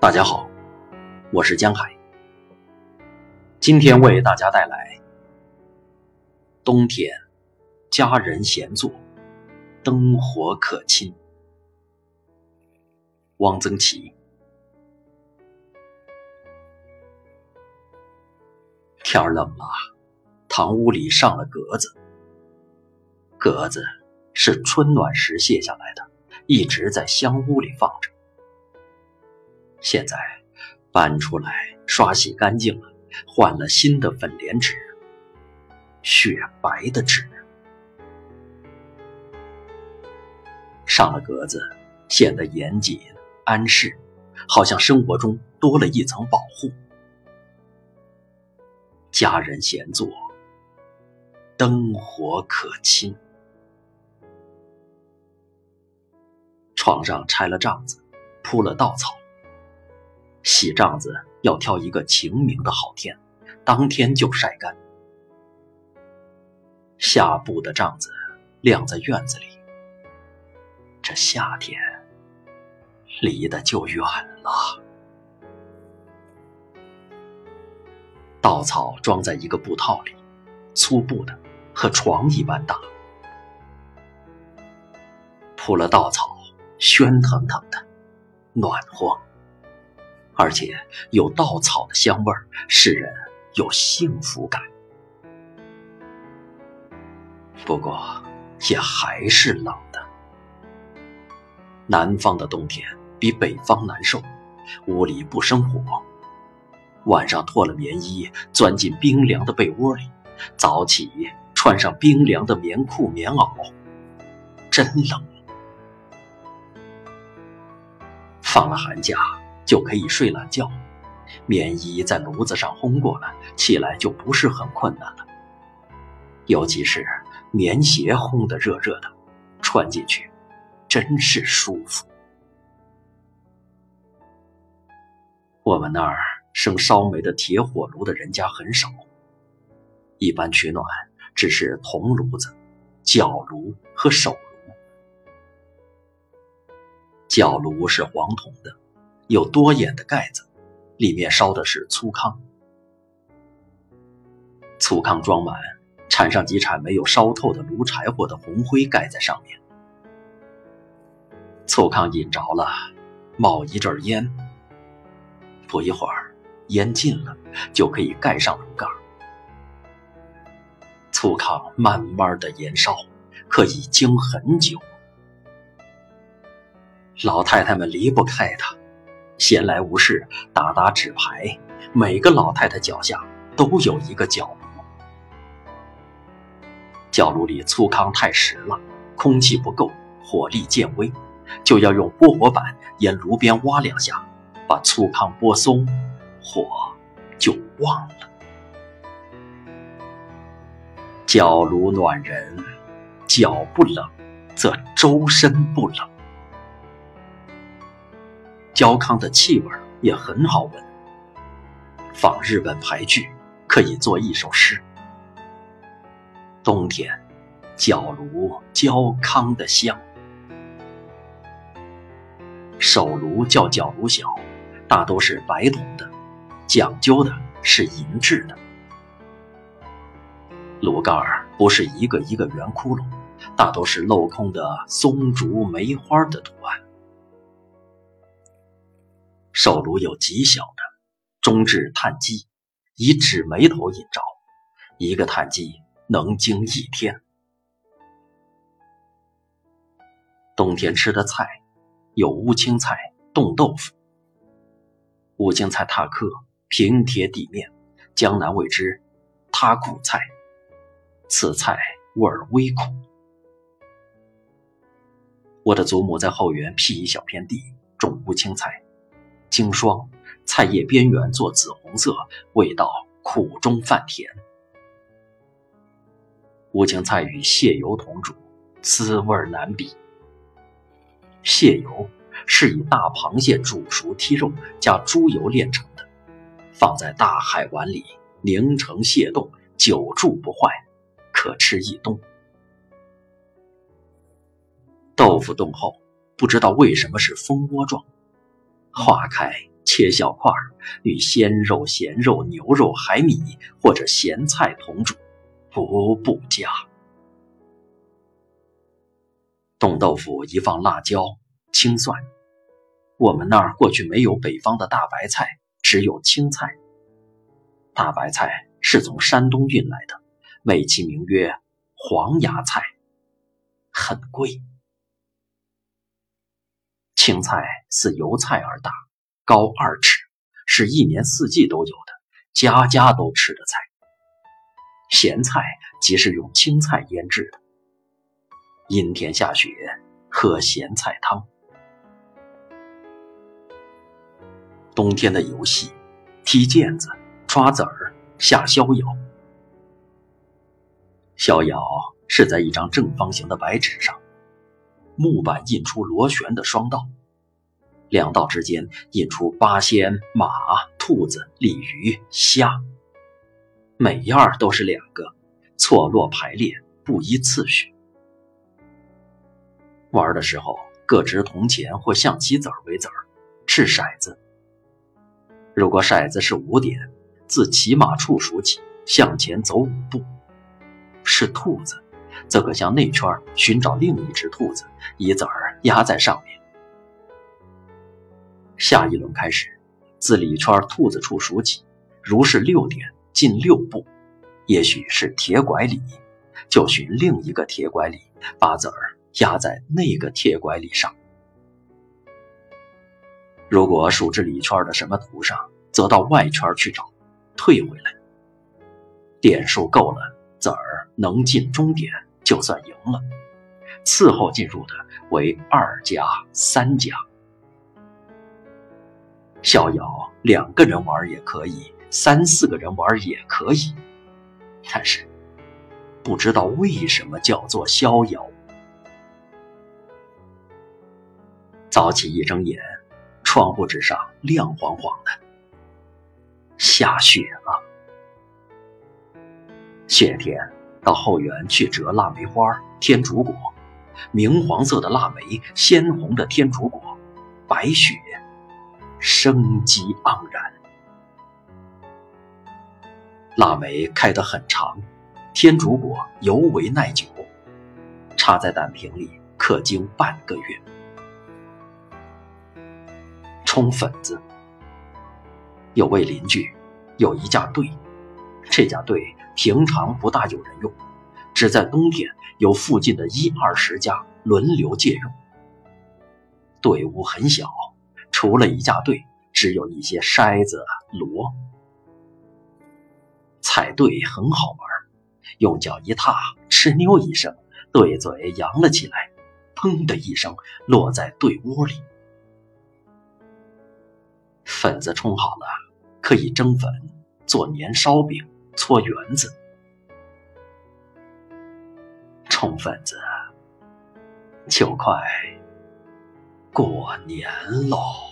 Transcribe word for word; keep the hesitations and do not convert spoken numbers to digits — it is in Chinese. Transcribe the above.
大家好，我是江海。今天为大家带来冬天家人闲坐，灯火可亲。汪曾祺。天儿冷了，堂屋里上了格子。格子是春暖时卸下来的，一直在香屋里放着。现在搬出来刷洗干净了，换了新的粉莲纸，雪白的纸。上了格子，显得严谨安适，好像生活中多了一层保护。家人闲坐，灯火可亲。床上拆了帐子，铺了稻草。洗帐子要挑一个晴明的好天，当天就晒干。下布的帐子晾在院子里，这夏天离得就远了。稻草装在一个布套里，粗布的，和床一般大。铺了稻草，喧腾腾的，暖和。而且有稻草的香味儿，使人有幸福感。不过也还是冷的。南方的冬天比北方难受，屋里不生火，晚上脱了棉衣，钻进冰凉的被窝里，早起穿上冰凉的棉裤棉袄，真冷。放了寒假就可以睡懒觉，棉衣在炉子上烘过了，起来就不是很困难了。尤其是棉鞋烘得热热的，穿进去真是舒服。我们那儿生烧煤的铁火炉的人家很少，一般取暖只是铜炉子、角炉和手炉。角炉是黄铜的，有多眼的盖子，里面烧的是粗糠。粗糠装满，铲上几铲没有烧透的炉柴火的红灰盖在上面。粗糠引着了，冒一阵烟，不一会儿烟尽了，就可以盖上炉盖。粗糠慢慢的燃烧，可以经很久。老太太们离不开它，闲来无事打打纸牌，每个老太太脚下都有一个角炉。角炉里粗糠太实了，空气不够，火力渐微，就要用拨火板沿炉边挖两下，把粗糠拨松，火就旺了。角炉暖人，脚不冷，则周身不冷。焦糠的气味也很好闻，放日本牌剧可以做一首诗。冬天角炉焦糠的香。手炉叫角炉小，大都是白铜的，讲究的是银质的。炉盖不是一个一个圆窟窿，大都是镂空的松竹梅花的图案。手炉有极小的，中置炭机，以纸煤头引着，一个炭机能经一天。冬天吃的菜有乌青菜、冻豆腐。乌青菜塔克平贴地面，江南谓之塔苦菜，此菜味儿微苦。我的祖母在后园辟一小片地，种乌青菜，经霜，菜叶边缘做紫红色，味道苦中泛甜。乌青菜与蟹油同煮，滋味难比。蟹油是以大螃蟹煮熟剔肉加猪油炼成的，放在大海碗里凝成蟹冻，久贮不坏，可吃一冬。豆腐冻后，不知道为什么是蜂窝状，化开切小块，与鲜肉、咸肉、牛肉、海米或者咸菜同煮，无不佳。冻豆腐一放辣椒、青蒜。我们那儿过去没有北方的大白菜，只有青菜。大白菜是从山东运来的，美其名曰黄芽菜，很贵。青菜似油菜而大，高二尺，是一年四季都有的，家家都吃的菜。咸菜即是用青菜腌制的。阴天下雪，喝咸菜汤。冬天的游戏，踢毽子、抓子儿、下逍遥。逍遥是在一张正方形的白纸上，木板印出螺旋的双道，两道之间印出八仙、马、兔子、鲤鱼、虾，每样都是两个，错落排列，不依次序。玩的时候，各执铜钱或象棋子儿为子儿，掷骰子。如果骰子是五点，自骑马处数起，向前走五步。是兔子，则可向内圈寻找另一只兔子，以子儿压在上面。下一轮开始，自里圈兔子处数起，如是六点，进六步，也许是铁拐李，就寻另一个铁拐李，把子儿压在那个铁拐李上。如果数至里圈的什么图上，则到外圈去找，退回来。点数够了，子儿能进终点，就算赢了。次后进入的为二家、三家。逍遥两个人玩也可以，三四个人玩也可以，但是不知道为什么叫做逍遥。早起一睁眼，窗户纸上亮晃晃的，下雪了。雪天到后园去折腊梅花、天竺果，明黄色的腊梅，鲜红的天竺果，白雪，生机盎然。腊梅开得很长，天竺果尤为耐久，插在胆瓶里可经半个月。冲粉子，有位邻居有一架队，这架队平常不大有人用，只在冬天由附近的一二十家轮流借用。队伍很小，除了一架队，只有一些筛子、箩。踩队很好玩，用脚一踏，哧溜一声，队嘴扬了起来，砰的一声落在队窝里。粉子冲好了，可以蒸粉，做年烧饼，搓圆子。冲粉子，就快过年喽。